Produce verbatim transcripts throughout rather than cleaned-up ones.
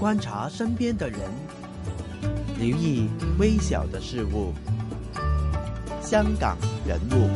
观察身边的人，留意微小的事物。香港人物。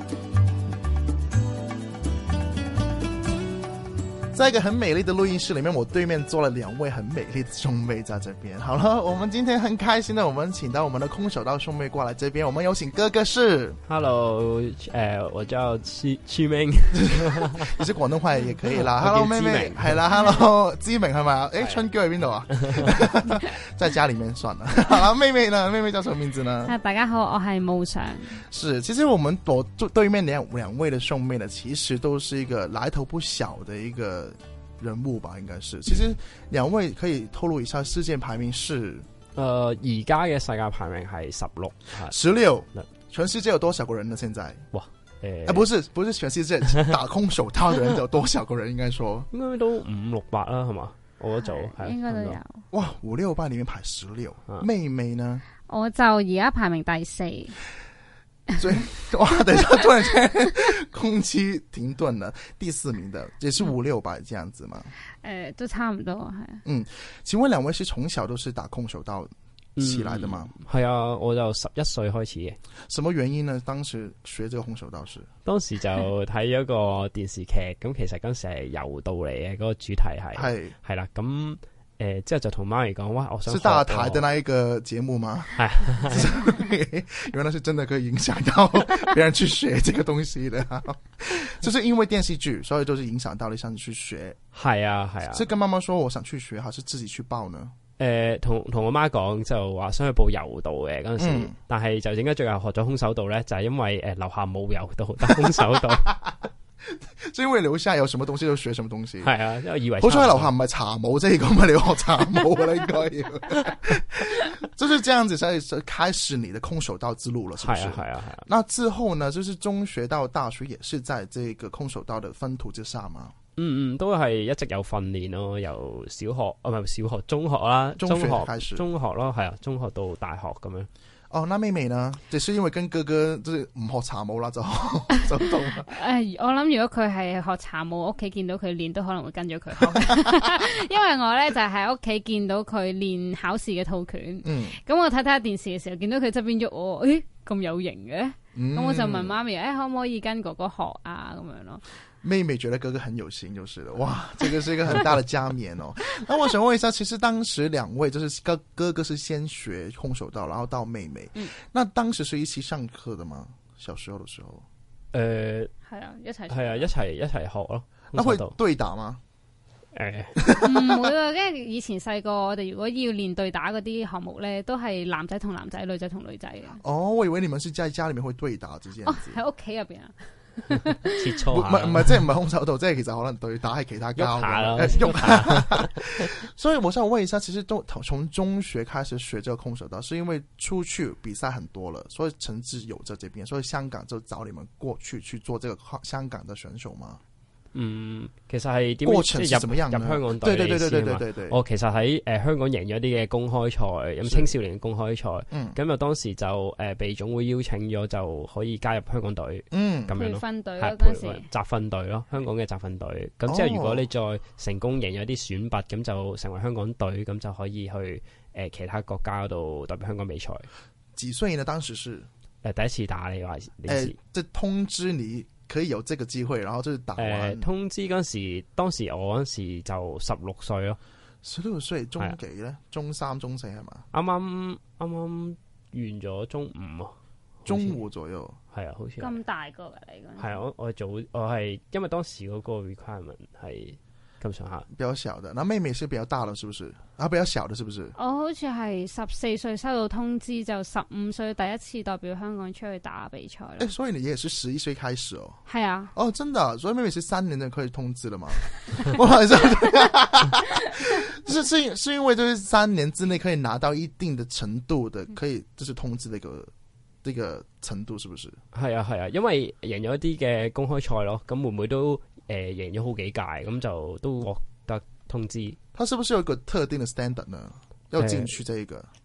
在一个很美丽的录音室里面，我对面坐了两位很美丽的兄妹在这边。好了，我们今天很开心的，我们请到我们的空手道兄妹过来这边。我们有请哥哥是 ，Hello， 呃，我叫戚戚明， 你是廣東話也可以啦。Hello， 妹妹，係啦 ，Hello， 知明係咪？誒，春嬌喺邊度啊？在家裡面算了。好啦，妹妹呢？妹妹叫什麼名字呢？ 大家好，我係慕常。 是，其實我們我對面兩兩位的兄妹呢，其實都是一個來頭不小的一個人物吧，應該是。其實兩位可以透露一下世界排名是？ 呃，而家嘅世界排名係十六， 十六。全世界有多少個人呢？現在？哇，誒、欸，不是，不是全世界打空手套的人有多少個人？應該說， 應該都五六百啦，係嘛？我嗰組係應該都有。 哇，五六百裡面排十六，妹妹呢？ 我就而家排名第四。 所以哇，等一下，突然間空氣停頓了。第四名的也是五六百這樣子嗎？誒、 呃，都差唔多係。 嗯，請問兩位是從小都是打空手道起來的嗎？ 係、嗯、啊，我就十一歲開始嘅。 什麼原因呢？當時學這個空手道是？ 當時就睇咗個電視劇，咁其實嗰時係柔道嚟嘅，嗰、那個主題係係係啦，咁。誒、呃，之後就同媽咪講，哇，我想學。是大台的那一個節目嗎？係，原來是真的可以影響到別人去學這個東西的，就是因為電視劇，所以就是影響到你想去學。係啊，係啊。是跟媽媽說我想去學，還是自己去報呢？誒、呃，同同我媽講就話想去報柔道嘅嗰陣時、嗯，但係就點解最後學咗空手道咧？就係、是、因為誒樓、呃、下冇柔道得空手道。就因為樓下有什麼東西就學什麼東西，係啊，因為以為好彩樓下唔係茶舞啫，咁啊你學茶舞啦應該要，就是這樣子才開始你的空手道之路了，是不是？係啊係啊係啊。那之後呢，就是中學到大學也是在這個空手道的分途之下嘛？嗯嗯，都係一直有訓練咯，由小學啊唔係小學、中學啦，中學開始，中學咯係啊，中學到大學咁樣。哦，那妹妹呢？只是因為跟哥哥就是唔學茶舞啦，就就到啦。誒，我諗如果佢係學茶舞，屋企見到佢練，都可能會跟咗佢學。因為我咧就喺屋企見到佢練考試嘅套拳。嗯。咁我睇睇下電視嘅時候，見到佢側邊喐我，誒咁有型嘅。咁、嗯、我就問媽咪，誒、欸、可唔可以跟哥哥學啊？咁樣咯。妹妹覺得哥哥很有型就是了，哇，這個是一個很大的加冕哦。那我想問一下，其實當時兩位就是哥哥哥是先學空手道，然後到妹妹，嗯，那當時是一起上課的嗎？小時候的時候，誒、呃，係啊，一齊係啊，一齊一齊學咯。那會對打嗎？誒，唔會啊，因為以前細個我哋如果要練對打嗰啲項目咧，都係男仔同男仔、女仔同女仔嘅。哦，我以為你們是在家裏面會對打這件事。哦，喺屋企入邊啊。切磋唔係唔係，即係唔係空手道，即係其實可能對打係其他交嘅，喐下。所以我想問一下，其實都從中學開始學這個空手道，是因為出去比賽很多了，所以成績有在這邊，所以香港就找你們過去去做這個香港的選手嗎？嗯，其實係點過程係怎麼樣入香港隊？對對對對對對對。我其實喺誒、呃、香港贏咗啲嘅公開賽，咁青少年嘅公開賽，咁就當時就誒、呃、被總會邀請咗，就可以加入香港隊，嗯，咁樣咯。培訓隊嗰陣時，集訓隊咯，香港嘅集訓隊。咁之後如果你再成功贏咗啲選拔，咁就成為香港隊，咁就可以去誒、呃、其他國家嗰度代表香港比賽。幾歲呢？當時是誒、呃、第一次打你話，誒、呃，即通知你。可以有這個機會，然後就是打完。呃、通知嗰時，當時我嗰時就十六歲咯。十六歲中幾咧？中三、中四係嘛？啱啱啱啱完咗中五啊，中五左右。係啊，好似咁大個㗎你嗰陣。係啊，我我早我係因為當時嗰個 requirement 係。咁上下比較小的，那妹妹是比較大了，是不是？啊，比較小的，是不是？我好似係十四歲收到通知，就十五歲第一次代表香港出去打比賽咯。誒、欸，所以你也是十一歲開始哦？係啊。哦，真的，所以妹妹是三年就可以通知了嘛？我好像是是是因為就是三年之內可以拿到一定的程度的，可以就是通知呢、這個呢、這個程度，是不是？係啊係啊，因為贏咗一啲嘅公開賽咯，咁妹妹都。誒、呃，贏咗好幾屆，咁就都獲得通知。他是不是有一個特定的 standard 呢？要進去這一個？誒、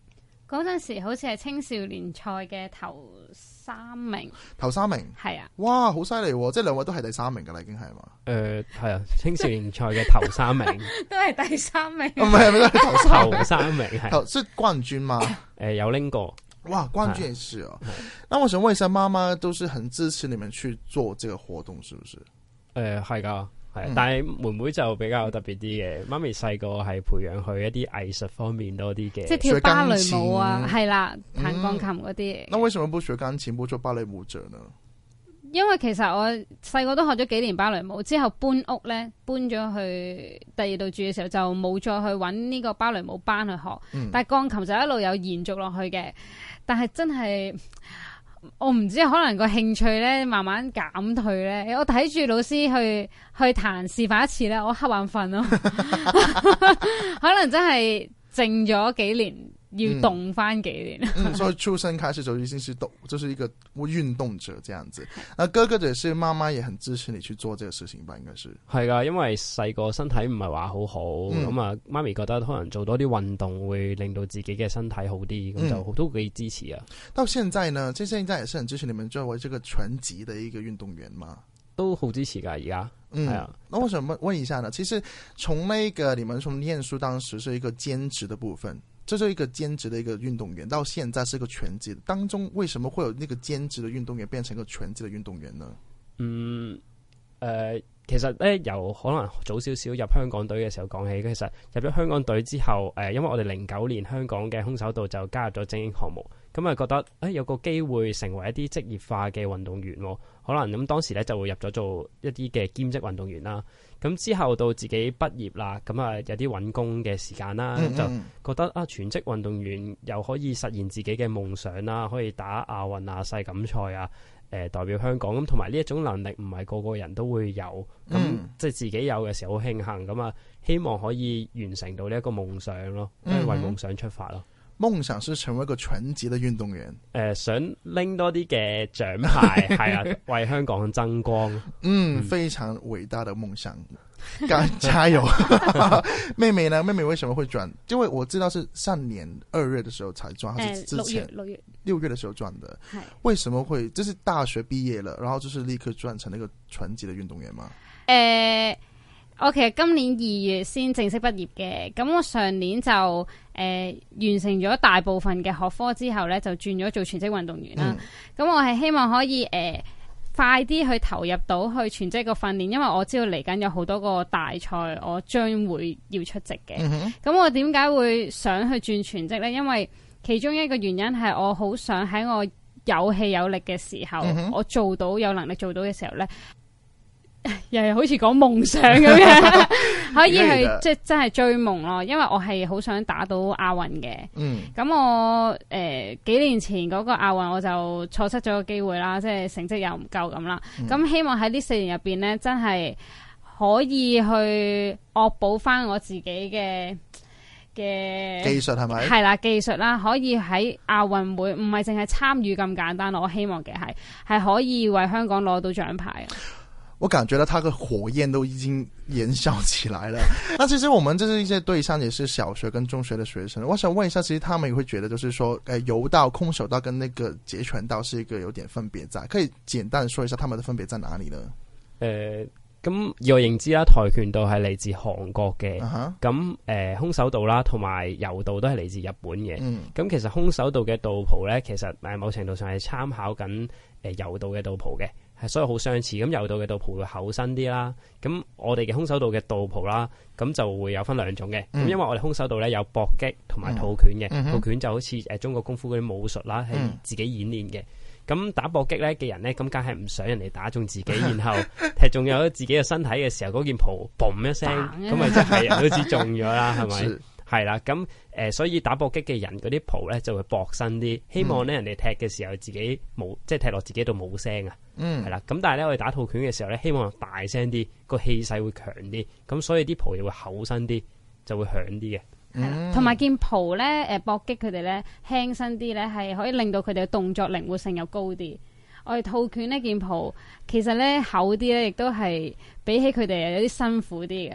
嗰陣時好似係青少年賽嘅頭三名， 頭三名係啊， 哇，好犀利喎！即係兩位都係第三名噶啦，已經係嘛？ 誒、呃，係啊，青少年賽嘅頭三名都係第三名， 唔係係咪都係頭三頭三名係， 即係冠軍嘛？誒、 呃，有拎過， 哇，冠軍也是哦。那我想問一下，媽媽都是很支持你們去做這個活動，是不是？誒、 呃，係噶。嗯、但係妹妹就比較特別啲嘅，媽咪細個係培養佢一啲藝術方面多啲嘅， 即係跳芭蕾舞啊，係啦，彈鋼琴嗰啲。 那為什麼不學鋼琴，不做芭蕾舞者呢？ 因為其實我細個都學咗幾年芭蕾舞，之後搬屋咧，搬咗去第二度住嘅時候，就冇再去搵呢個芭蕾舞班去學。嗯、但係鋼琴就一路有延續落去嘅，但係真係。我唔知，可能個興趣咧慢慢減退咧。我睇住老師去去彈示範一次咧，我瞌眼瞓咯。可能真係靜咗幾年，要動翻幾年。 嗯嗯、所以出生開始就已經是動，就是一個運動者這樣子。那哥哥也是，媽媽也很支持你去做這個事情吧？應該是係噶，因為細個身體唔係話好好，咁啊、嗯，媽咪覺得可能做多啲運動會令到自己嘅身體好啲，咁、嗯、就都幾支持啊。 到現在呢，即係現在也是很支持你們作為這個全級的一個運動員嘛？ 都好支持噶，而家係啊。 那我想問問一下呢，其實從那個你們從念書當時是一個兼職的部分。這是一個兼職的一個運動員，到現在是一個全職的，當中為什麼會有那個兼職的運動員變成一個全職的運動員呢？嗯，誒、 呃，其實咧由可能早少少入香港隊嘅時候講起，其實入咗香港隊之後，誒、呃，因為我哋零九年香港嘅空手道就加入咗精英項目，咁啊覺得誒、欸、有個機會成為一啲職業化嘅運動員，可能咁當時咧就會入咗做一啲嘅兼職運動員啦。咁之後到自己畢業啦，咁啊有啲揾工嘅時間啦，嗯嗯就覺得啊全職運動員又可以實現自己嘅夢想啦，可以打亞運啊、世錦賽啊，誒、呃、代表香港咁，同埋呢一種能力唔係個個人都會有，咁、嗯、即係自己有嘅時候好慶幸，咁啊希望可以完成到呢一個夢想咯，嗯嗯為夢想出發咯。 夢想是成為一個全職的運動員，誒、 呃，想拎多啲嘅獎牌，係啊，為香港爭光。 嗯，非常偉大的夢想，加加油！妹妹呢？妹妹為什麼會轉？因為我知道是上年二月的時候才轉，還是之前六月六月的時候轉的。係為什麼會？就是大學畢業了，然後就是立刻轉成那個全職的運動員嗎？ 誒、呃。我其實今年二月先正式畢業嘅，咁我上年就誒、呃、完成咗大部分嘅學科之後咧，就轉咗做全職運動員啦。咁、嗯、我係希望可以誒、呃、快啲去投入到去全職個訓練，因為我知道嚟緊有好多個大賽，我將會要出席嘅。咁、嗯、我點解會想去轉全職咧？因為其中一個原因係我好想喺我有氣有力嘅時候，嗯、我做到有能力做到嘅時候咧。又係好似講夢想咁嘅，可以去即係真係追夢咯。因為我係好想打到亞運嘅。嗯，咁我誒、呃、幾年前嗰個亞運我就錯失咗個機會啦，即係成績又唔夠咁啦。咁、嗯、希望喺呢四年入邊咧，真係可以去惡補翻我自己嘅嘅技術係咪？ 係啦，技術啦，可以喺亞運會唔係淨係參與咁簡單咯。我希望嘅係係可以為香港攞到獎牌。 我感覺到他個火焰都已經燃燒起來了。那其實我們這是一些對象，也是小學跟中學的學生。我想問一下，其實他們也會覺得，就是說，誒，柔道、空手道跟那個截拳道是一個有點分別在，可以簡單說一下他們的分別在哪裡呢？誒、呃，咁以我認知啦，跆拳道係嚟自韓國嘅，咁誒、 uh huh. 呃，空手道啦，同埋柔道都係嚟自日本嘅。咁、 嗯、 其實空手道嘅道袍咧，其實誒某程度上係參考緊誒柔道嘅道袍嘅。係，所以好相似。咁柔道嘅道袍會厚身啲啦，咁我哋嘅空手道嘅道袍啦，咁就會有分兩種嘅。咁、嗯、因為我哋空手道咧有搏擊同埋套拳嘅，嗯、套拳就好似誒中國功夫嗰啲武術啦，係自己演練嘅。咁、嗯、打搏擊咧嘅人咧，咁梗係唔想人哋打中自己，然後踢中有自己嘅身體嘅時候，嗰件袍嘣一聲，咁咪即係人都知中咗啦，係咪？係啦，咁誒、呃，所以打搏擊嘅人嗰啲袍咧就會薄身啲，希望咧人哋踢嘅時候自己冇，即係踢落自己度冇聲啊。嗯，係啦，咁但係咧我哋打套拳嘅時候咧，希望大聲啲，個氣勢會強啲，咁所以啲袍又會厚身啲，就會響啲嘅。 係同埋件袍咧，誒搏擊佢哋咧輕身啲咧，係可以令到佢哋嘅動作靈活性又高啲。我哋套拳呢件袍其實咧厚啲咧，亦都係比起佢哋有啲辛苦啲嘅。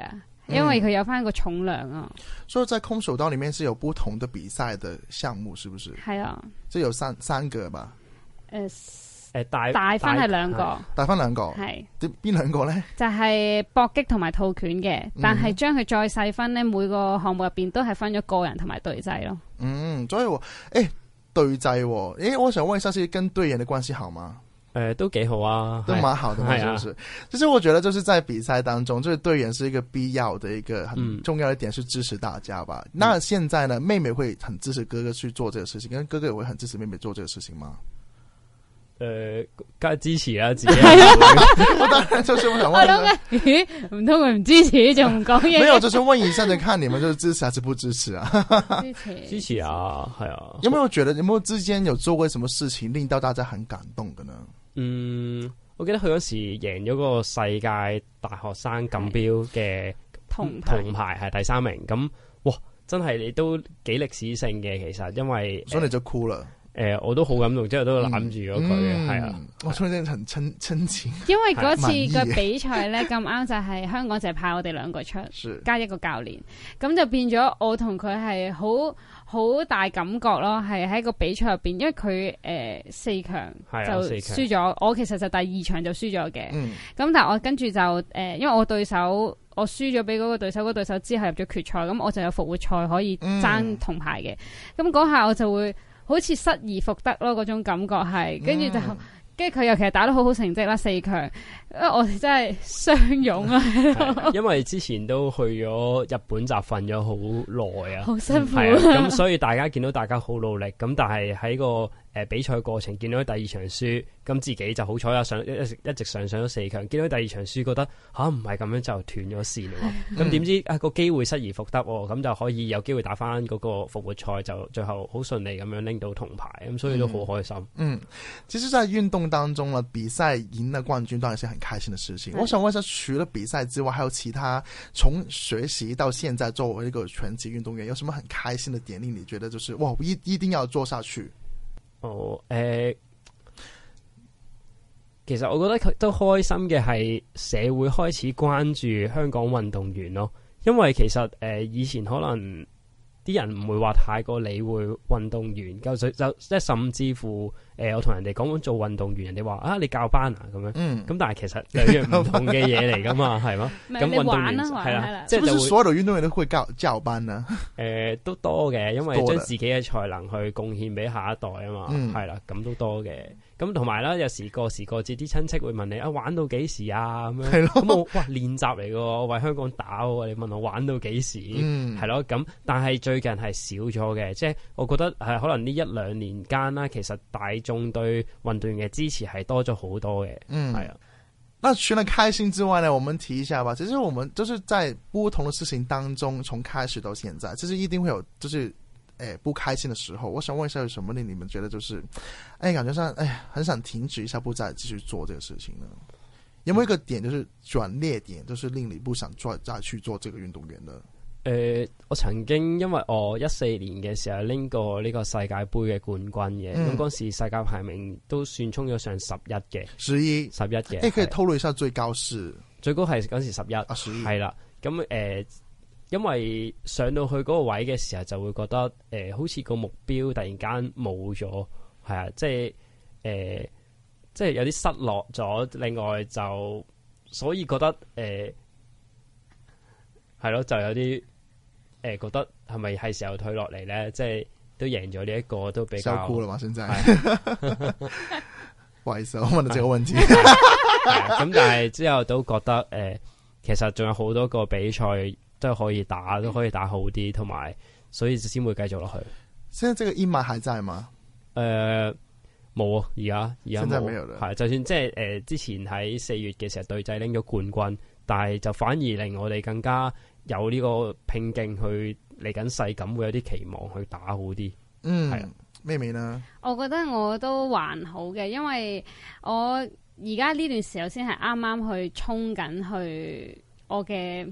因為佢有翻個重量啊。 所以在空手道裏面是有不同的比賽的項目，是不是？ 係啊， 即有三三個吧。 誒、 呃、誒大大分係兩個， 大分兩個係邊兩個咧？就係、是、搏擊同埋套拳嘅，但係將佢再細分咧，每個項目入邊都係分咗個人同埋隊制咯。嗯， 所以我誒隊制，誒我想問一下，是跟隊員的關係好嗎？ 誒、呃，都幾好啊， 都蠻好的嘛，是不是？啊、就是我覺得，就是在比賽當中，就是隊員是一個必要的一個很重要的一點，是支持大家吧。嗯、那現在呢，妹妹會很支持哥哥去做這個事情，跟哥哥也會很支持妹妹做這個事情嗎？ 誒、呃，梗係支持啦，自己。 我當然就是我想問， 咦，唔通佢唔支持仲唔講嘢？ 沒有，就是問一下，就看你們就是支持還是不支持啊？ 支持， 支持啊，係啊。 有沒有覺得，有沒有之間有做過什麼事情令到大家很感動的呢？ 嗯，我記得佢嗰時贏咗個世界大學生錦標嘅銅銅牌，係第三名。咁哇，真係你都幾歷史性嘅，其實因為所以你就哭了。 誒、呃，我都好感動，之後都攬住咗佢嘅，係、嗯、啊。 我真係很親親情。 因為嗰次嘅比賽咧咁啱就係香港就係派我哋兩個出，加一個教練，咁就變咗我同佢係好好大感覺咯，係喺個比賽入邊，因為佢誒、呃、四強就輸咗，我其實就第二場就輸咗嘅。咁、嗯、但係我跟住就誒、呃，因為我對手我輸咗俾嗰個對手，嗰、嗰個對手之後入咗決賽，咁我就有復活賽可以爭銅牌嘅。咁嗰下我就會好似失而復得咯，嗰種感覺係，跟住就，跟住佢又其實打得好好成績啦，四強，因為我哋真係相擁啊！ 因為之前都去咗日本集訓咗好耐啊， 好辛苦。 咁所以大家見到大家好努力，咁但係喺個誒比賽過程見到第二場輸，咁自己就好彩啊，上一一直上上咗四強，見到第二場輸，覺得吓唔係咁樣就斷咗線咯。咁點知啊個機會失而復得，咁就可以有機會打翻嗰個復活賽，就最後好順利咁樣拎到銅牌，咁所以都好開心。嗯， 其實在運動當中呢，比賽贏了冠軍當然是很開心的事情。我想問一下，除了比賽之外，還有其他從學習到現在作為一個拳擊運動員，有什麼很開心的點令你覺得就是哇，一一定要做下去？ 哦，誒、呃，其實我覺得佢都開心嘅係社會開始關注香港運動員咯，因為其實誒、呃、以前可能啲人唔會話太過理會運動員，就就即係甚至乎誒、呃、我同人哋講做運動員，人哋話啊你教班啊咁樣，咁、嗯、但係其實兩樣唔同嘅嘢嚟噶嘛，係嘛？咁運動員係啦，即係就會所有嘅運動員都會教教班啊？ 誒、呃，都多嘅，因為將自己嘅才能去貢獻俾下一代啊嘛，係、嗯、啦，咁都多嘅。咁同埋啦，有時過時過節啲親戚會問你啊，玩到幾時啊咁樣？咁我哇練習嚟噶，我為香港打喎，你問我玩到幾時？係、嗯、咯，咁但係最近係少咗嘅，即係我覺得係可能呢一兩年間啦，其實大眾對運動員嘅支持係多咗好多嘅。嗯，係啊。 那除了開心之外呢，我們提一下吧。其實我們就是在不同的事情當中，從開始到現在，其實一定會有就是誒、欸、不開心的時候。我想問一下，有什麼令你們覺得就是誒、欸、感覺上誒、欸、很想停止一下，不再繼續做這個事情呢？有冇一個點就是轉捩點，就是令你不想再再去做這個運動員呢？ 誒、呃，我曾經因為我一四年嘅時候拎過呢個世界杯嘅冠軍嘅，咁嗰時世界排名都算衝咗上十一嘅， 十一十一嘅。 誒，可以透露一下最高是？ 最高係嗰時十一， 啊十一， 係啦。咁誒、呃，因為上到去嗰個位嘅時候，就會覺得誒、呃，好似個目標突然間冇咗，係啊，即係誒、呃，即係有啲失落咗。另外就所以覺得誒，係、呃、咯，就有啲。誒、呃，覺得係咪係時候退落嚟咧？即係都贏咗呢一個，都比較。 笑哭了嘛？現在，不好意思，我問到這個問題。 咁但係之後都覺得誒、呃，其實仲有好多個比賽都可以打，都可以打好啲，同埋所以先會繼續落去。 現在這個陰霾還在嗎？誒、 呃，冇啊，而家而家冇。 係，就算即係誒，之前喺四月嘅時候隊仔拎咗冠軍，但係就反而令我哋更加。有呢個拼勁去嚟緊世錦，會有啲期望去打好啲。 嗯，係啊，咩味呢？ 我覺得我都還好嘅，因為我而家呢段時候先係啱啱去衝緊去我嘅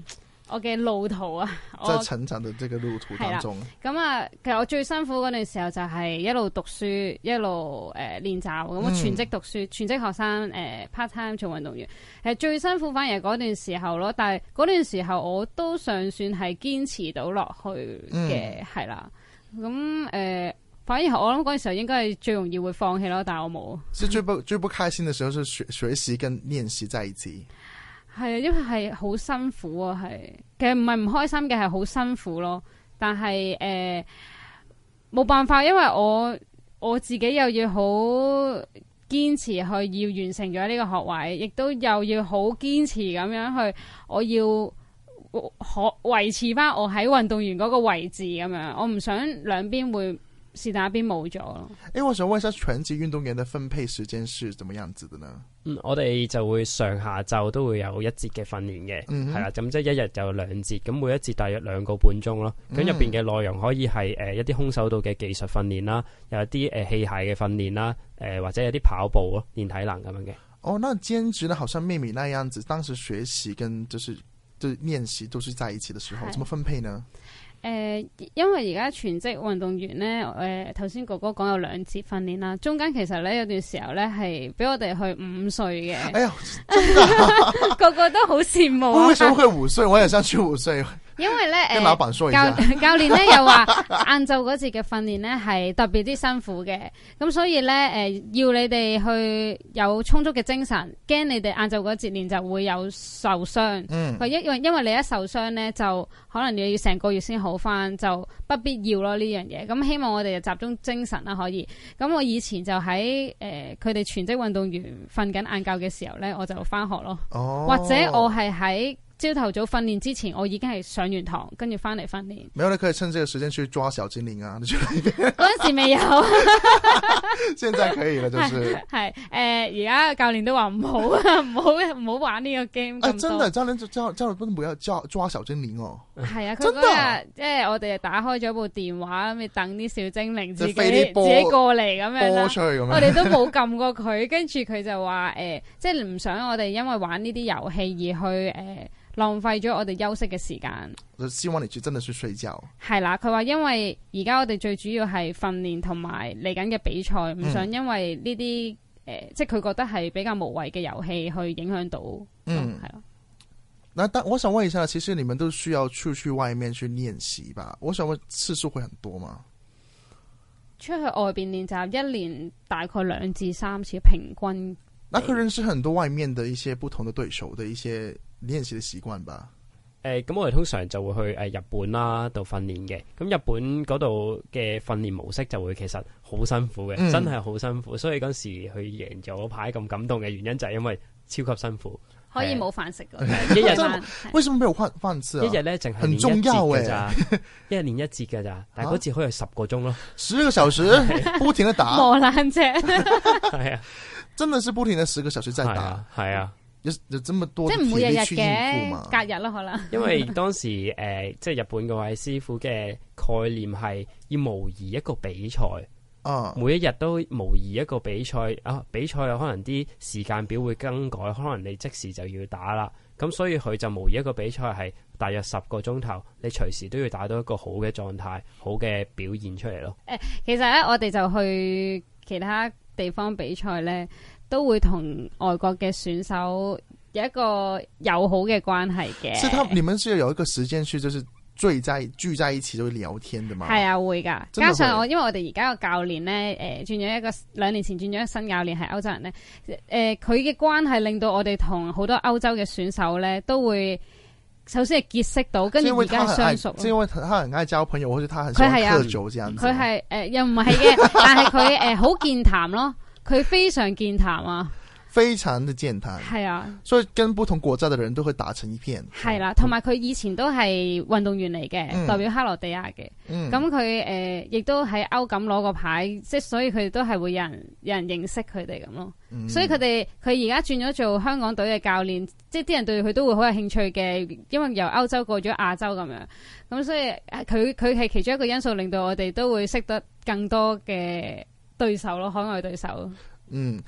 我嘅路途啊， 在成長的這個路途當中。 咁啊，其實我最辛苦嗰段時候就係一路讀書，一路誒練習，咁我全職讀書，嗯、全職學生誒、呃、part time 做運動員。誒最辛苦反而係嗰段時候咯，但係嗰段時候我都尚算係堅持到落去嘅，係、嗯、啦。咁誒、呃，反而我諗嗰陣時候應該係最容易會放棄咯，但係我冇。是最不最不開心嘅時候，是學學習跟練習在一起。係啊，因為係好辛苦啊，係其實唔係唔開心嘅，係好辛苦咯。但係誒冇辦法，因為我我自己又要好堅持去要完成咗呢個學位，亦都又要好堅持咁樣去，我要可維持翻我喺運動員嗰個位置咁樣。我唔想兩邊會是但一邊冇咗咯。誒，我想問一下拳擊運動員嘅分配時間是怎麼樣子的呢？嗯，我哋就會上下晝都會有一節嘅訓練嘅，係啦、嗯，咁即係一日就兩節，咁每一節大約兩個半鐘咯。咁入邊嘅內容可以係誒、呃、一啲空手道嘅技術訓練啦，有一啲誒器械嘅訓練啦，誒、呃、或者有啲跑步咯，練體能咁樣嘅。哦，那兼職呢，好像妹妹那樣子，當時學習跟就是就練習都是在一起的時候，怎麼分配呢？誒、呃，因為而家全職運動員咧，誒頭先哥哥講有兩節訓練啦，中間其實咧有段時候咧係俾我哋去午睡嘅。哎呀，真的個個都好羨慕啊！為什麼會午睡？我也想去午睡。因為咧，誒，老闆說一下教教練咧又話晏晝嗰節嘅訓練咧係特別之辛苦嘅，咁所以咧，誒、呃，要你哋去有充足嘅精神，驚你哋晏晝嗰節練就會有受傷。嗯，因為因為你一受傷咧，就可能你要成個月先好翻，就不必要咯呢樣嘢。咁希望我哋就集中精神啦，可以。咁我以前就喺誒佢哋全職運動員瞓緊晏覺嘅時候咧，我就翻學咯。哦，或者我係喺朝頭早訓練之前，我已經係上完堂，跟住翻嚟訓練。沒有，你可以趁這個時間去抓小精靈啊！嗰陣時未有，現在可以了，就是係誒，而家教練都話唔好啊，唔好唔好玩呢個 game 咁多。真的，教練教教練不要抓抓小精靈哦。係啊，佢嗰日即係我哋打開咗部電話，咁等啲小精靈自己自己過嚟咁樣啦。我哋都冇撳過佢，跟住佢就話誒、呃，即係唔想我哋因為玩呢啲遊戲而去誒。呃浪費咗我哋休息嘅時間，就希望你去真的去睡覺。係啦，佢話因為而家我哋最主要係訓練同埋嚟緊嘅比賽，唔、嗯、想因為呢啲誒，即係佢覺得係比較無謂嘅遊戲去影響到。嗯，係咯。那但我想問一下，其實你們都需要出去外面去練習吧？我想問次數會很多嗎？出去外邊練習一年大概兩至三次平均。那佢認識很多外面的一些不同的對手的一些練習的習慣吧。誒、呃，咁我哋通常就會去誒、呃、日本啦度訓練嘅。咁日本嗰度嘅訓練模式就會其實好辛苦嘅，嗯、真係好辛苦。所以嗰時去贏咗牌咁感動嘅原因就係因為超級辛苦，可以冇飯食嘅。一日晚為什麼沒有飯飯吃啊？一日咧淨係練一節嘅咋，一日練一節嘅咋，但係嗰節可以十個鐘咯，十個小時不停地打磨爛只，係啊。真的是不停的十個小時在打，係啊，有有這麼多，即係唔會日日嘅，隔日咯可能。因為當時誒、呃，即係日本嗰位師傅嘅概念係要模擬一個比賽，啊，每一日都模擬一個比賽啊，比賽有可能啲時間表會更改，可能你即時就要打啦。咁所以佢就模擬一個比賽係大約十個鐘頭，你隨時都要打到一個好嘅狀態、好嘅表現出嚟咯。誒、呃，其實咧，我哋就去其他地方比賽咧，都會同外國嘅選手有一個友好嘅關係嘅。是他，你們是有一個時間去，就是聚在聚在一起就會聊天的嘛？係啊，會噶。加上我，因為我哋而家個教練咧，誒、呃，轉咗一個兩年前轉咗一個新教練係歐洲人咧，誒、呃，佢嘅關係令到我哋同好多歐洲嘅選手咧都會。首先係結識到，跟住而家相熟。即係因為他很愛交朋友，或者他很喜歡喝酒這樣子。佢係誒又唔係嘅，但係佢誒好健談咯，佢非常健談啊。非常的健談，係啊，所以跟不同國家的人都會打成一片。係啦、啊，同埋佢以前都係運動員嚟嘅，嗯、代表克羅地亞嘅。咁佢誒亦都喺歐錦攞個牌，即係所以佢哋都係會有人有人認識佢哋咁咯。嗯、所以佢哋佢而家轉咗做香港隊嘅教練，即係啲人對佢都會好有興趣嘅，因為由歐洲過咗亞洲咁樣。咁所以佢佢係其中一個因素，令到我哋都會識得更多嘅對手咯，海外對手。嗯。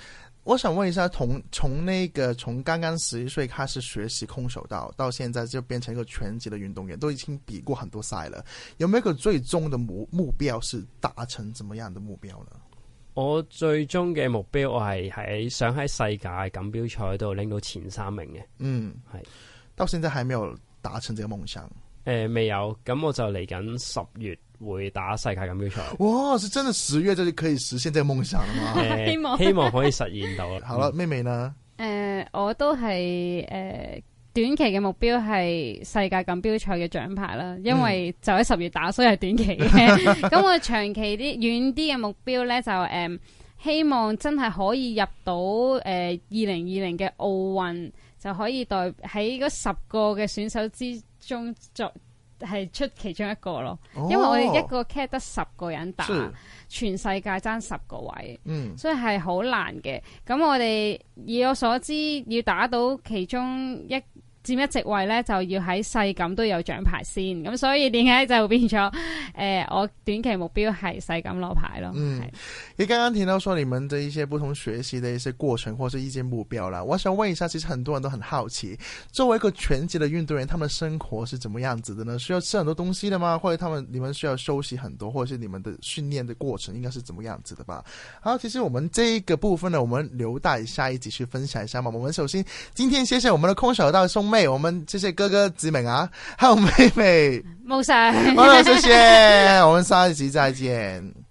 我想问一下，从从那个从刚刚十一岁开始学习空手道，到现在就变成一个全职的运动员，都已经比过很多赛了。有沒有一個最終的目目標是達成怎麼樣的目標呢？ 我最終嘅目標，我係喺想喺世界錦標賽度拎到前三名嘅。嗯，係。 到現在還沒有達成這個夢想。 誒、呃，未有，咁我就嚟緊十月會打世界錦標賽。 哇，是真的十月就可以實現這個夢想了嗎？ 呃、希望希望可以實現到。 好了，妹妹呢？ 誒、呃，我都係誒、呃、短期嘅目標係世界錦標賽嘅獎牌啦，因為就喺十月打，所以係短期嘅。咁我長期啲、遠啲嘅目標咧就誒、呃、希望真係可以入到誒二零二零嘅奧運，就可以代喺嗰十個嘅選手之中作係出其中一個咯，哦、因為我哋一個 cat 得十個人打，全世界爭十個位，嗯、所以係好難嘅。咁我哋以我所知，要打到其中一佔一席位咧，就要喺世錦都有獎牌先。咁所以點解就變咗誒、呃，我短期目標係世錦攞牌咯。嗯， 你剛剛提到說你們的一些不同學習的一些過程或是一些目標啦，我想問一下，其實很多人都很好奇，作為一個全職的運動員，他們生活是怎麼樣子的呢？需要吃很多東西的嗎？或者他們你們需要休息很多，或者是你們的訓練的過程應該是怎麼樣子的吧？好，其實我們這一個部分呢，我們留待下一集去分享一下嘛。我們首先今天謝謝我們的空手道宋妹，我們謝謝哥哥子明啊，還有妹妹， 冇事， 好了，謝謝，我們下一集再見。